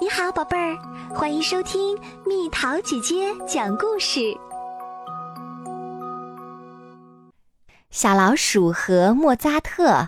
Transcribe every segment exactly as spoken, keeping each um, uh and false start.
你好，宝贝儿，欢迎收听蜜桃姐姐讲故事。 小老鼠和莫扎特。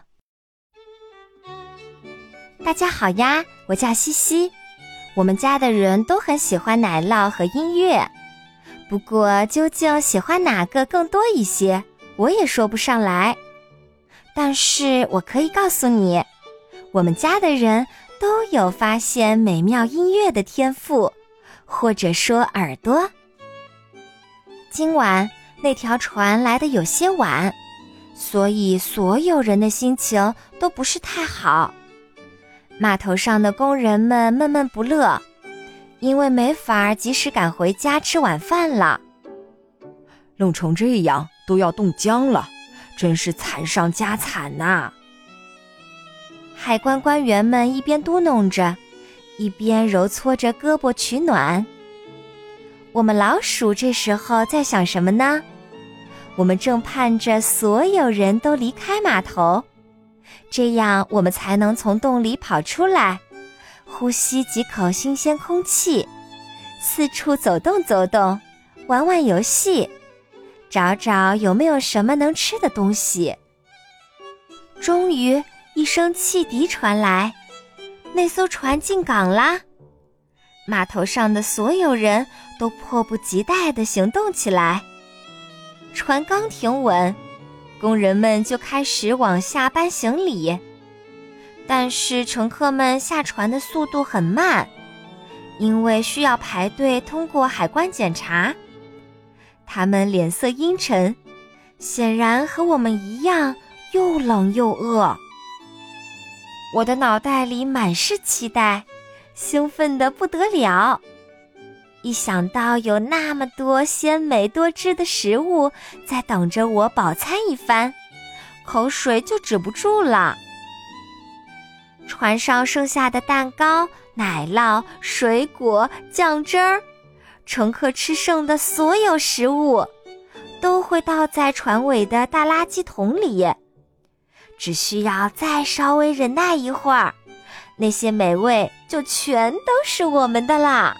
大家好呀，我叫西西。我们家的人都很喜欢奶酪和音乐，不过究竟喜欢哪个更多一些，我也说不上来。但是我可以告诉你，我们家的人都有发现美妙音乐的天赋，或者说耳朵。今晚那条船来得有些晚，所以所有人的心情都不是太好。码头上的工人们闷闷不乐，因为没法及时赶回家吃晚饭了。 弄成这样都要冻僵了，真是惨上加惨呐！ 海关官员们一边嘟哝着，一边揉搓着胳膊取暖。我们老鼠这时候在想什么呢？我们正盼着所有人都离开码头，这样我们才能从洞里跑出来，呼吸几口新鲜空气，四处走动走动，玩玩游戏，找找有没有什么能吃的东西。终于一声汽笛传来，那艘船进港啦！码头上的所有人都迫不及待地行动起来。船刚停稳，工人们就开始往下搬行李，但是乘客们下船的速度很慢，因为需要排队通过海关检查。他们脸色阴沉，显然和我们一样又冷又饿。我的脑袋里满是期待，兴奋得不得了。一想到有那么多鲜美多汁的食物在等着我饱餐一番，口水就止不住了。船上剩下的蛋糕、奶酪、水果、酱汁儿，乘客吃剩的所有食物，都会倒在船尾的大垃圾桶里。只需要再稍微忍耐一会儿，那些美味就全都是我们的啦。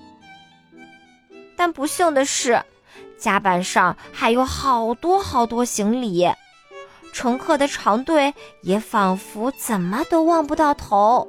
但不幸的是，甲板上还有好多好多行李，乘客的长队也仿佛怎么都望不到头。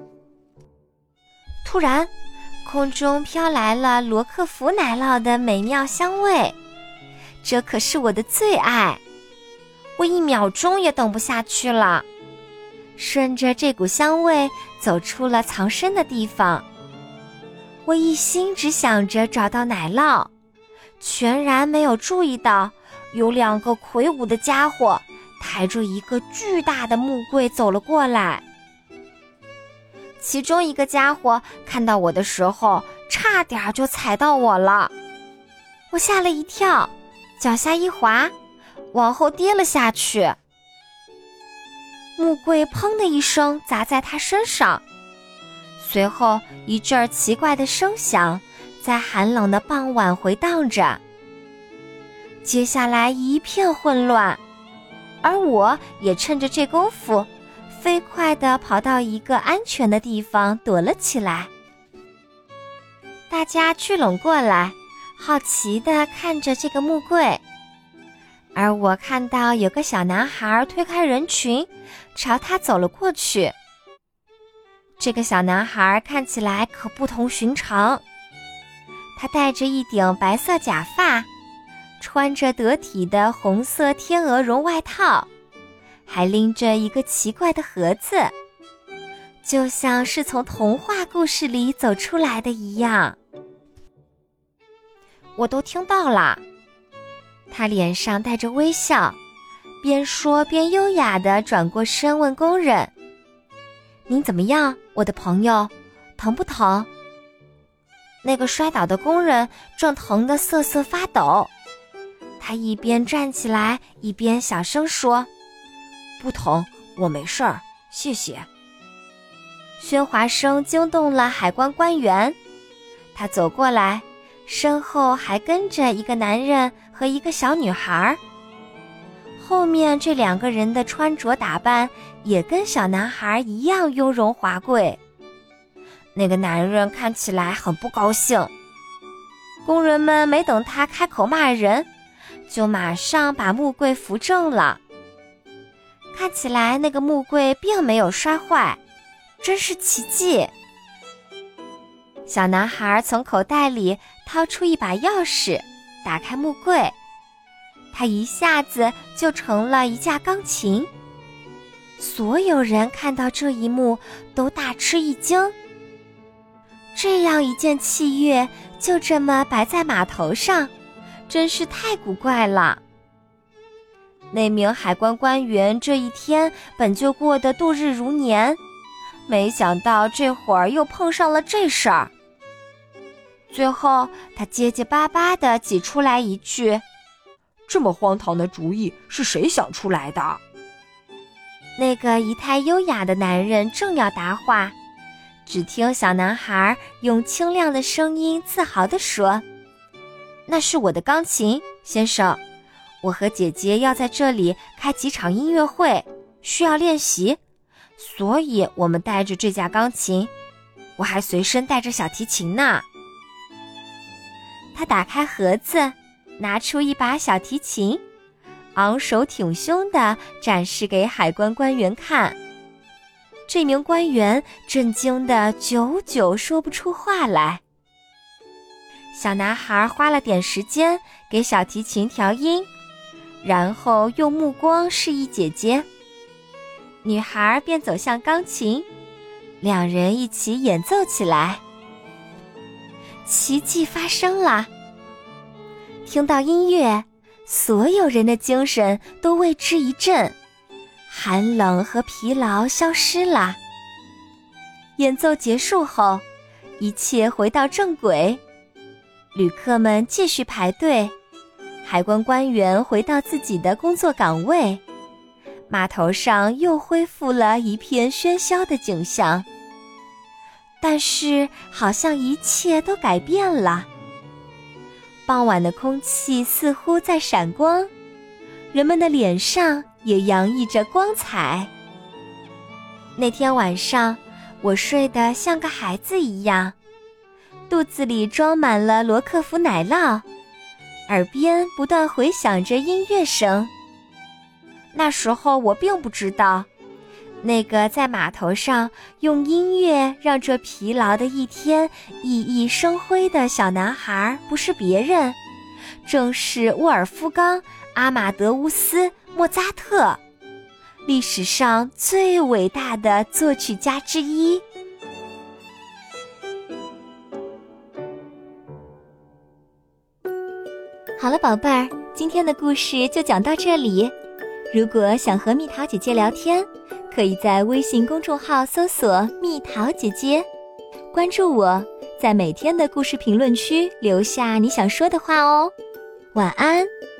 突然，空中飘来了罗克福奶酪的美妙香味，这可是我的最爱。我一秒钟也等不下去了，顺着这股香味走出了藏身的地方。我一心只想着找到奶酪，全然没有注意到有两个魁梧的家伙抬着一个巨大的木柜走了过来。其中一个家伙看到我的时候，差点就踩到我了。我吓了一跳，脚下一滑，往后跌了下去。木柜砰的一声砸在他身上，随后一阵奇怪的声响在寒冷的傍晚回荡着。接下来一片混乱，而我也趁着这功夫飞快地跑到一个安全的地方躲了起来。大家聚拢过来，好奇地看着这个木柜，而我看到有个小男孩推开人群，朝他走了过去。这个小男孩看起来可不同寻常，他戴着一顶白色假发，穿着得体的红色天鹅绒外套，还拎着一个奇怪的盒子，就像是从童话故事里走出来的一样。我都听到了。他脸上带着微笑，边说边优雅地转过身问工人：“您怎么样，我的朋友？疼不疼？”那个摔倒的工人正疼得瑟瑟发抖，他一边站起来，一边小声说：“ 不疼，我没事儿，谢谢。” 喧哗声惊动了海关官员，他走过来，身后还跟着一个男人和一个小女孩。后面这两个人的穿着打扮也跟小男孩一样雍容华贵。 那个男人看起来很不高兴。工人们没等他开口骂人，就马上把木柜扶正了。看起来那个木柜并没有摔坏，真是奇迹。小男孩从口袋里掏出一把钥匙，打开木柜，他一下子就成了一架钢琴。所有人看到这一幕都大吃一惊，这样一件器乐就这么摆在码头上，真是太古怪了。那名海关官员这一天本就过得度日如年，没想到这会儿又碰上了这事儿。最后他结结巴巴地挤出来一句： 这么荒唐的主意是谁想出来的？ 那个仪态优雅的男人正要答话，只听小男孩用清亮的声音自豪地说：那是我的钢琴，先生，我和姐姐要在这里开几场音乐会，需要练习，所以我们带着这架钢琴，我还随身带着小提琴呢。他打开盒子，拿出一把小提琴，昂首挺胸地展示给海关官员看。这名官员震惊得久久说不出话来。小男孩花了点时间给小提琴调音，然后用目光示意姐姐。女孩便走向钢琴，两人一起演奏起来。奇迹发生了。听到音乐，所有人的精神都为之一振，寒冷和疲劳消失了。演奏结束后，一切回到正轨，旅客们继续排队，海关官员回到自己的工作岗位，码头上又恢复了一片喧嚣的景象。但是好像一切都改变了。傍晚的空气似乎在闪光，人们的脸上也洋溢着光彩。那天晚上，我睡得像个孩子一样，肚子里装满了罗克福奶酪，耳边不断回响着音乐声。那时候我并不知道，那个在码头上用音乐让这疲劳的一天熠熠生辉的小男孩不是别人，正是沃尔夫冈·阿马德乌斯·莫扎特，历史上最伟大的作曲家之一。好了，宝贝儿，今天的故事就讲到这里。如果想和蜜桃姐姐聊天，可以在微信公众号搜索蜜桃姐姐，关注我，在每天的故事评论区留下你想说的话哦。晚安。